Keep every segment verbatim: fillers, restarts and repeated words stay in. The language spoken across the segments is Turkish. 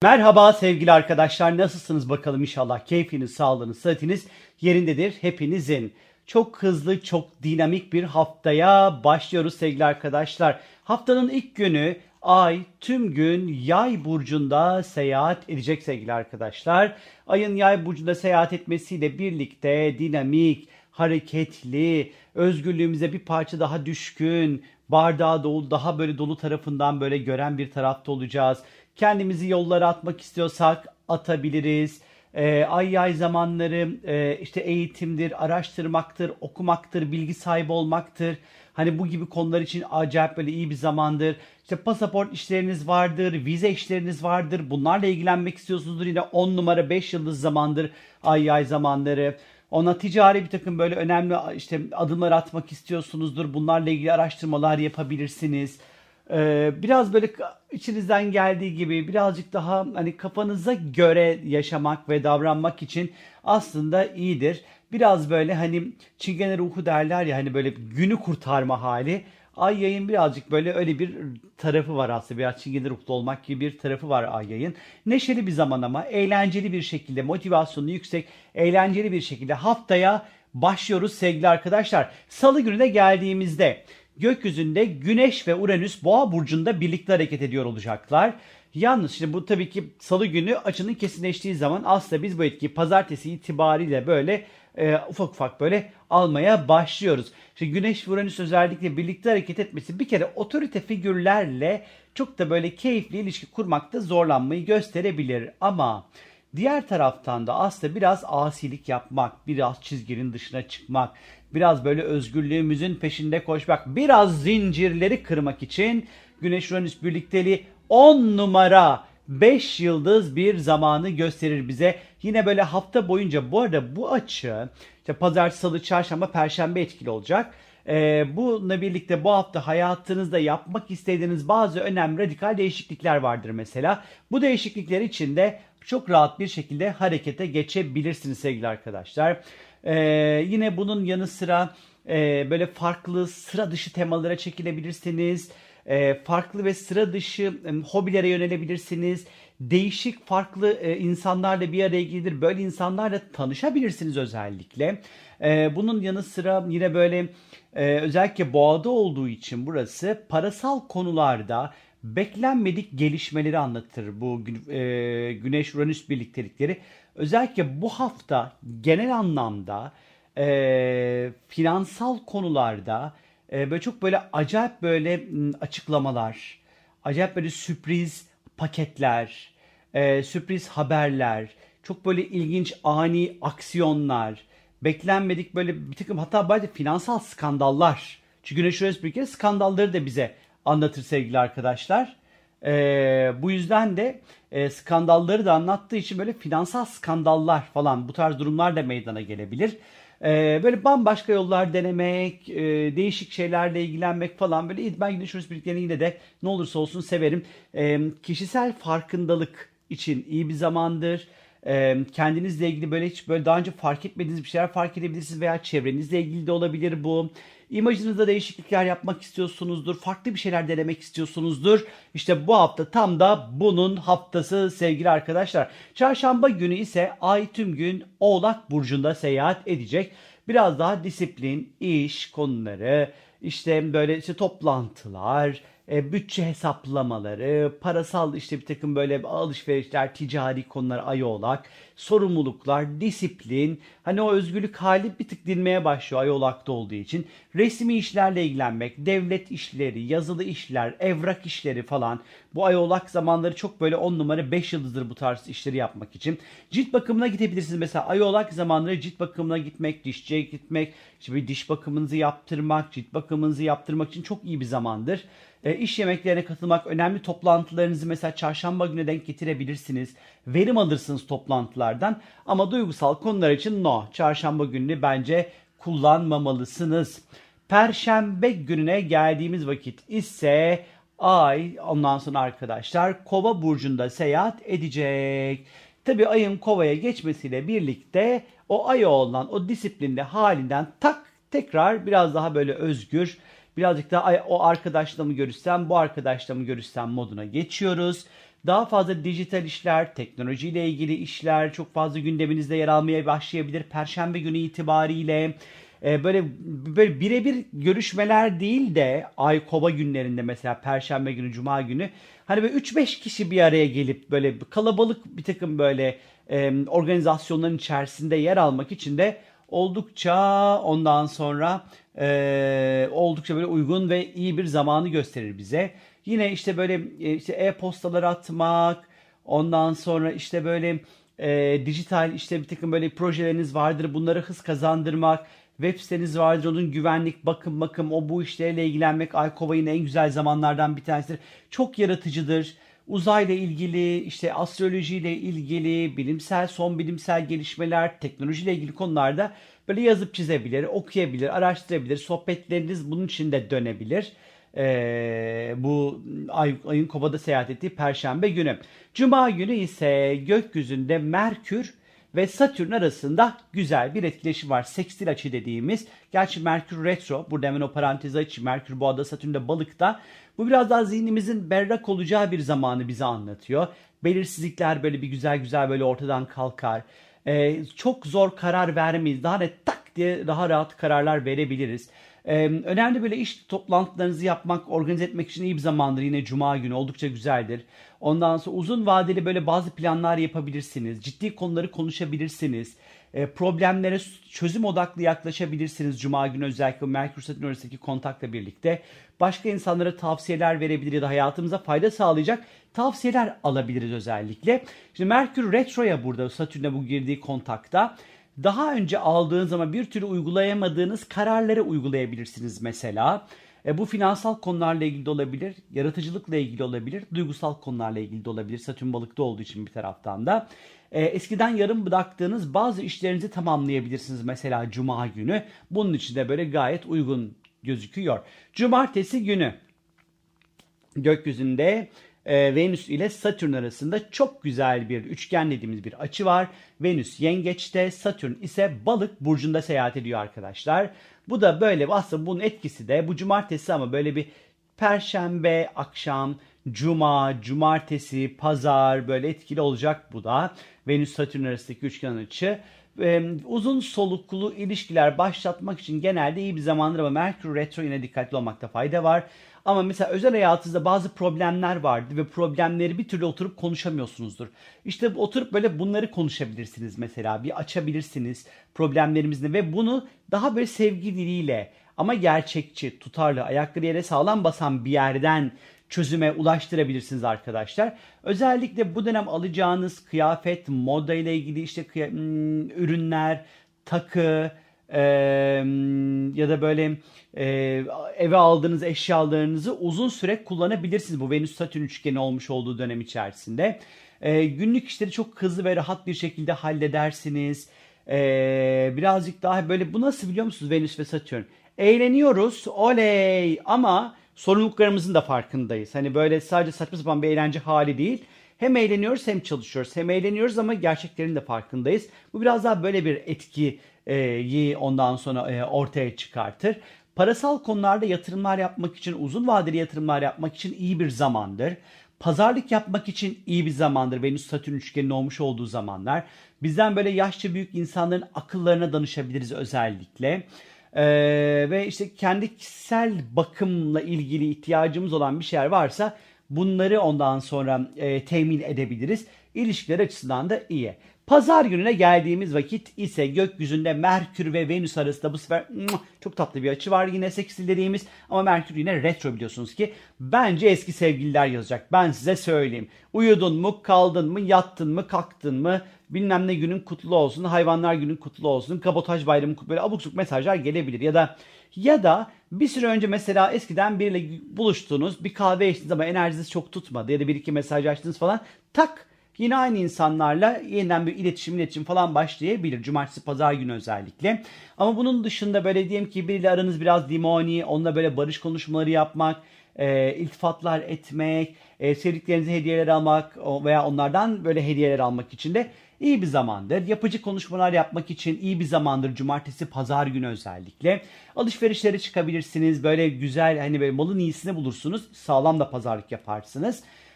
Merhaba sevgili arkadaşlar, nasılsınız bakalım? İnşallah keyfiniz, sağlığınız, sıhhatiniz yerindedir hepinizin. Çok hızlı, çok dinamik bir haftaya başlıyoruz sevgili arkadaşlar. Haftanın ilk günü ay tüm gün Yay burcunda seyahat edecek sevgili arkadaşlar. Ayın Yay burcunda seyahat etmesiyle birlikte dinamik, hareketli, özgürlüğümüze bir parça daha düşkün, bardağı dolu, daha böyle dolu tarafından böyle gören bir tarafta olacağız. Kendimizi yollara atmak istiyorsak atabiliriz. Ee, ay yay zamanları e, işte eğitimdir, araştırmaktır, okumaktır, bilgi sahibi olmaktır. Hani bu gibi konular için acayip böyle iyi bir zamandır. İşte pasaport işleriniz vardır, vize işleriniz vardır. Bunlarla ilgilenmek istiyorsunuzdur. Yine on numara beş yıldız zamandır ay yay zamanları. Ona ticari bir takım böyle önemli işte adımlar atmak istiyorsunuzdur. Bunlarla ilgili araştırmalar yapabilirsiniz. Ee, biraz böyle içinizden geldiği gibi birazcık daha hani kafanıza göre yaşamak ve davranmak için aslında iyidir. Biraz böyle hani çingene ruhu derler ya, hani böyle günü kurtarma hali. Ay yayın birazcık böyle öyle bir tarafı var aslında. Biraz çingene ruhlu olmak gibi bir tarafı var ay yayın. Neşeli bir zaman ama eğlenceli bir şekilde, motivasyonu yüksek, eğlenceli bir şekilde haftaya başlıyoruz sevgili arkadaşlar. Salı gününe geldiğimizde gökyüzünde Güneş ve Uranüs Boğa burcunda birlikte hareket ediyor olacaklar. Yalnız şimdi bu tabii ki salı günü açının kesinleştiği zaman aslında biz bu etkiyi pazartesi itibariyle böyle e, ufak ufak böyle almaya başlıyoruz. Şimdi Güneş ve Uranüs özellikle birlikte hareket etmesi bir kere otorite figürlerle çok da böyle keyifli ilişki kurmakta zorlanmayı gösterebilir. Ama diğer taraftan da aslında biraz asilik yapmak, biraz çizginin dışına çıkmak, biraz böyle özgürlüğümüzün peşinde koşmak, biraz zincirleri kırmak için Güneş-Uranüs birlikteliği on numara beş yıldız bir zamanı gösterir bize. Yine böyle hafta boyunca, bu arada bu açı işte pazartesi, salı, çarşamba, perşembe etkili olacak. Ee, bununla birlikte bu hafta hayatınızda yapmak istediğiniz bazı önemli radikal değişiklikler vardır mesela. Bu değişiklikler için de çok rahat bir şekilde harekete geçebilirsiniz sevgili arkadaşlar. Ee, yine bunun yanı sıra e, böyle farklı sıra dışı temalara çekilebilirsiniz. E, farklı ve sıra dışı e, hobilere yönelebilirsiniz. Değişik farklı e, insanlarla bir araya gelir. Böyle insanlarla tanışabilirsiniz özellikle. E, bunun yanı sıra yine böyle e, özellikle boğada olduğu için burası parasal konularda beklenmedik gelişmeleri anlatır bu e, Güneş-Uranüs birliktelikleri. Özellikle bu hafta genel anlamda e, finansal konularda e, böyle çok böyle acayip böyle m, açıklamalar, acayip böyle sürpriz paketler, e, sürpriz haberler, çok böyle ilginç ani aksiyonlar, beklenmedik böyle bir takım hatta bazı finansal skandallar. Çünkü Güneş-Uranüs birlikte skandalları da bize anlatır sevgili arkadaşlar. Ee, bu yüzden de e, skandalları da anlattığı için böyle finansal skandallar falan bu tarz durumlar da meydana gelebilir. Ee, böyle bambaşka yollar denemek, e, değişik şeylerle ilgilenmek falan böyle ben Güneş-Uranüs birliklerini yine de ne olursa olsun severim. Ee, kişisel farkındalık için iyi bir zamandır. Ee, kendinizle ilgili böyle hiç böyle daha önce fark etmediğiniz bir şeyler fark edebilirsiniz veya çevrenizle ilgili de olabilir bu. İmajınızda değişiklikler yapmak istiyorsunuzdur, farklı bir şeyler denemek istiyorsunuzdur. İşte bu hafta tam da bunun haftası sevgili arkadaşlar. Çarşamba günü ise ay tüm gün Oğlak burcunda seyahat edecek. Biraz daha disiplin, iş konuları, işte böyle işte toplantılar, e, bütçe hesaplamaları, parasal işte bir takım böyle alışverişler, ticari konular ay Oğlak, sorumluluklar, disiplin, hani o özgürlük hali bir tık dinmeye başlıyor ay Oğlak'ta olduğu için. Resmi işlerle ilgilenmek, devlet işleri, yazılı işler, evrak işleri falan. Bu ay Oğlak zamanları çok böyle on numara beş yıldızdır bu tarz işleri yapmak için. Cilt bakımına gidebilirsiniz mesela ay Oğlak zamanları cilt bakımına gitmek, dişçiye gitmek, işte bir diş bakımınızı yaptırmak, cilt bakımınızı yaptırmak için çok iyi bir zamandır. E, iş yemeklerine katılmak, önemli toplantılarınızı mesela çarşamba gününe denk getirebilirsiniz. Verim alırsınız toplantılardan ama duygusal konular için no. Çarşamba gününü bence kullanmamalısınız. Perşembe gününe geldiğimiz vakit ise ay ondan sonra arkadaşlar Kova burcunda seyahat edecek. Tabii ayın Kova'ya geçmesiyle birlikte o aya olan o disiplinli halinden tak tekrar biraz daha böyle özgür, birazcık daha o arkadaşla mı görüşsem, bu arkadaşla mı görüşsem moduna geçiyoruz. Daha fazla dijital işler, teknolojiyle ilgili işler çok fazla gündeminizde yer almaya başlayabilir. Perşembe günü itibariyle e, böyle böyle birebir görüşmeler değil de ay kova günlerinde mesela Perşembe günü, Cuma günü hani böyle üç beş kişi bir araya gelip böyle kalabalık bir takım böyle e, organizasyonların içerisinde yer almak için de oldukça ondan sonra e, oldukça böyle uygun ve iyi bir zamanı gösterir bize. Yine işte böyle e, işte e-postalar atmak, ondan sonra işte böyle e, dijital işte bir takım böyle projeleriniz vardır, bunları hız kazandırmak, web siteniz vardır, onun güvenlik, bakım bakım o bu işlerle ilgilenmek Aykova'nın en güzel zamanlardan bir tanesidir. Çok yaratıcıdır. Uzayla ilgili, işte astrolojiyle ilgili, bilimsel, son bilimsel gelişmeler, teknolojiyle ilgili konularda böyle yazıp çizebilir, okuyabilir, araştırabilir. Sohbetleriniz bunun için de dönebilir. Ee, bu ay, ayın kovada seyahat ettiği Perşembe günü. Cuma günü ise gökyüzünde Merkür ve Satürn arasında güzel bir etkileşim var. Sekstil açı dediğimiz. Gerçi Merkür retro. Burada hemen o parantezi açayım. Merkür Boğa'da, Satürn de Balık'ta. Bu biraz daha zihnimizin berrak olacağı bir zamanı bize anlatıyor. Belirsizlikler böyle bir güzel güzel böyle ortadan kalkar. Ee, çok zor karar vermeyiz. Daha net tak diye daha rahat kararlar verebiliriz. Ee, önemli böyle iş toplantılarınızı yapmak, organize etmek için iyi bir zamandır. Yine Cuma günü oldukça güzeldir. Ondan sonra uzun vadeli böyle bazı planlar yapabilirsiniz. Ciddi konuları konuşabilirsiniz. Ee, problemlere çözüm odaklı yaklaşabilirsiniz. Cuma günü özellikle Merkür Satürn arasındaki kontakla birlikte. Başka insanlara tavsiyeler verebilir ya da hayatımıza fayda sağlayacak tavsiyeler alabiliriz özellikle. Şimdi Merkür retroya burada Satürn'e bu girdiği kontakta. Daha önce aldığınız ama bir türlü uygulayamadığınız kararları uygulayabilirsiniz mesela. E, bu finansal konularla ilgili de olabilir, yaratıcılıkla ilgili olabilir, duygusal konularla ilgili de olabilir. Satürn balıkta olduğu için bir taraftan da. E, eskiden yarım bıraktığınız bazı işlerinizi tamamlayabilirsiniz mesela Cuma günü. Bunun için de böyle gayet uygun gözüküyor. Cumartesi günü gökyüzünde e, Venüs ile Satürn arasında çok güzel bir üçgen dediğimiz bir açı var. Venüs Yengeç'te, Satürn ise Balık burcunda seyahat ediyor arkadaşlar. Bu da böyle aslında bunun etkisi de bu cumartesi ama böyle bir Perşembe akşam, Cuma, Cumartesi, Pazar böyle etkili olacak bu da. Venüs Satürn arasındaki üçgen açı. Ee, uzun soluklu ilişkiler başlatmak için genelde iyi bir zamandır ama Merkür Retro yine dikkatli olmakta fayda var. Ama mesela özel hayatınızda bazı problemler vardı ve problemleri bir türlü oturup konuşamıyorsunuzdur. İşte oturup böyle bunları konuşabilirsiniz mesela. Bir açabilirsiniz problemlerimizi ve bunu daha böyle sevgi diliyle ama gerçekçi, tutarlı, ayakları yere sağlam basan bir yerden çözüme ulaştırabilirsiniz arkadaşlar. Özellikle bu dönem alacağınız kıyafet, moda ile ilgili işte hmm, ürünler, takı e, ya da böyle e, eve aldığınız eşyalarınızı uzun süre kullanabilirsiniz. Bu Venüs-Satürn üçgeni olmuş olduğu dönem içerisinde. E, günlük işleri çok hızlı ve rahat bir şekilde halledersiniz. E, birazcık daha böyle bu nasıl biliyor musunuz Venüs ve Satürn? Eğleniyoruz oley ama sorumluluklarımızın da farkındayız. Hani böyle sadece saçma sapan bir eğlence hali değil. Hem eğleniyoruz hem çalışıyoruz. Hem eğleniyoruz ama gerçeklerin de farkındayız. Bu biraz daha böyle bir etkiyi ondan sonra ortaya çıkartır. Parasal konularda yatırımlar yapmak için, uzun vadeli yatırımlar yapmak için iyi bir zamandır. Pazarlık yapmak için iyi bir zamandır. Venüs-Satürn üçgeninin olmuş olduğu zamanlar. Bizden böyle yaşça büyük insanların akıllarına danışabiliriz özellikle. Ee, ve işte kendi kişisel bakımla ilgili ihtiyacımız olan bir şeyler varsa bunları ondan sonra e, temin edebiliriz. İlişkiler açısından da iyi. Pazar gününe geldiğimiz vakit ise gökyüzünde Merkür ve Venüs arasında bu sefer çok tatlı bir açı var. Yine sekstil dediğimiz ama Merkür yine retro biliyorsunuz ki. Bence eski sevgililer yazacak. Ben size söyleyeyim. Uyudun mu, kaldın mı, yattın mı, kalktın mı, bilmem ne günün kutlu olsun, hayvanlar günün kutlu olsun, kabotaj bayramı kutlu, böyle abuk subuk mesajlar gelebilir. Ya da ya da bir süre önce mesela eskiden biriyle buluştunuz, bir kahve içtiniz ama enerjiniz çok tutmadı ya da bir iki mesaj açtınız falan, tak yine aynı insanlarla yeniden bir iletişim iletişim falan başlayabilir. Cumartesi, pazar günü özellikle. Ama bunun dışında böyle diyelim ki biriyle aranız biraz limoni, onunla böyle barış konuşmaları yapmak, e, iltifatlar etmek, e, sevdiklerinize hediyeler almak veya onlardan böyle hediyeler almak için de iyi bir zamandır. Yapıcı konuşmalar yapmak için iyi bir zamandır. Cumartesi, pazar günü özellikle. Alışverişlere çıkabilirsiniz. Böyle güzel hani böyle malın iyisini bulursunuz. Sağlam da pazarlık yaparsınız.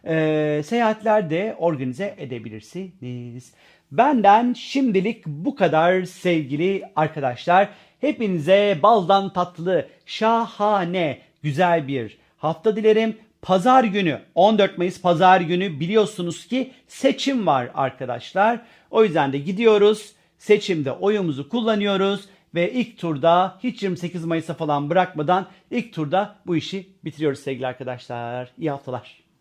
e, seyahatler de organize edebilirsiniz. Benden şimdilik bu kadar sevgili arkadaşlar. Hepinize baldan tatlı, şahane, güzel bir hafta dilerim. Pazar günü, on dört Mayıs Pazar günü biliyorsunuz ki seçim var arkadaşlar. O yüzden de gidiyoruz. Seçimde oyumuzu kullanıyoruz ve ilk turda hiç yirmi sekiz Mayıs'a falan bırakmadan ilk turda bu işi bitiriyoruz sevgili arkadaşlar. İyi haftalar.